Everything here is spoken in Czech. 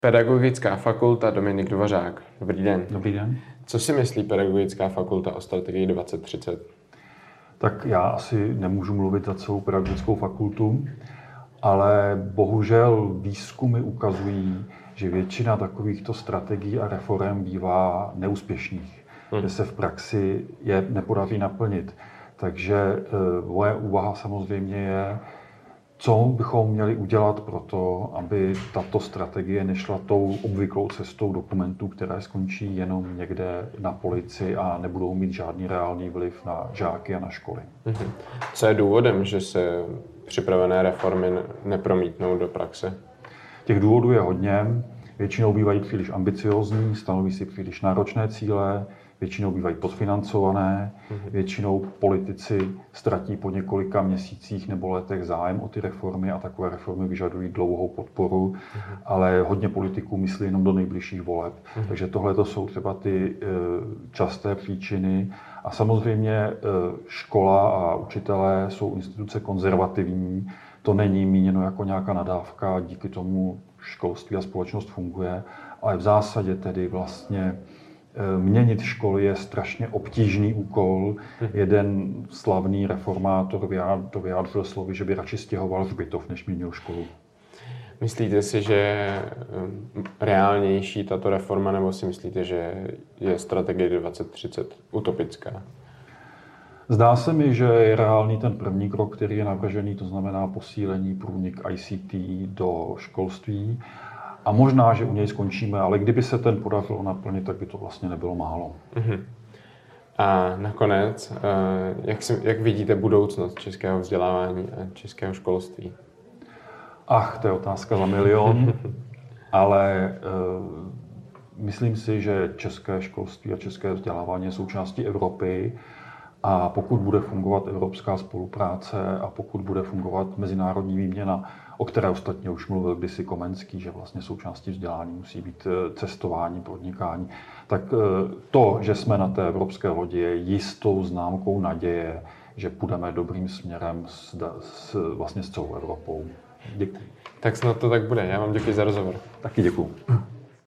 Pedagogická fakulta Dominik Dvořák. Dobrý den. Dobrý den. Co si myslí Pedagogická fakulta o strategii 2030? Tak já asi nemůžu mluvit za celou pedagogickou fakultu, ale bohužel výzkumy ukazují, že většina takovýchto strategií a reforem bývá neúspěšných, že se v praxi je nepodaří naplnit. Takže moje úvaha samozřejmě je, co bychom měli udělat pro to, aby tato strategie nešla tou obvyklou cestou dokumentů, které skončí jenom někde na polici a nebudou mít žádný reálný vliv na žáky a na školy. Co je důvodem, že se připravené reformy nepromítnou do praxe? Těch důvodů je hodně. Většinou bývají příliš ambiciózní, stanoví si příliš náročné cíle, většinou bývají podfinancované, většinou politici ztratí po několika měsících nebo letech zájem o ty reformy a takové reformy vyžadují dlouhou podporu, ale hodně politiků myslí jenom do nejbližších voleb. Takže tohle to jsou třeba ty časté příčiny. A samozřejmě škola a učitelé jsou instituce konzervativní. To není míněno jako nějaká nadávka, díky tomu školství a společnost funguje, ale v zásadě tedy vlastně měnit školy je strašně obtížný úkol. Jeden slavný reformátor to vyjádřil slovy, že by radši stěhoval hřbitov, než měnil školu. Myslíte si, že je reálnější tato reforma, nebo si myslíte, že je strategie 2030 utopická? Zdá se mi, že je reálný ten první krok, který je navržený, to znamená posílení průnik ICT do školství. A možná, že u něj skončíme, ale kdyby se ten podařilo naplnit, tak by to vlastně nebylo málo. A nakonec, jak vidíte budoucnost českého vzdělávání a českého školství? To je otázka za milion, ale myslím si, že české školství a české vzdělávání je součástí Evropy. A pokud bude fungovat evropská spolupráce a pokud bude fungovat mezinárodní výměna, o které ostatně už mluvil kdysi Komenský, že vlastně součástí vzdělání musí být cestování, podnikání, tak to, že jsme na té evropské lodi, je jistou známkou naděje, že půjdeme dobrým směrem vlastně s celou Evropou. Děkuji. Tak snad to tak bude. Já vám děkuji za rozhovor. Taky děkuji.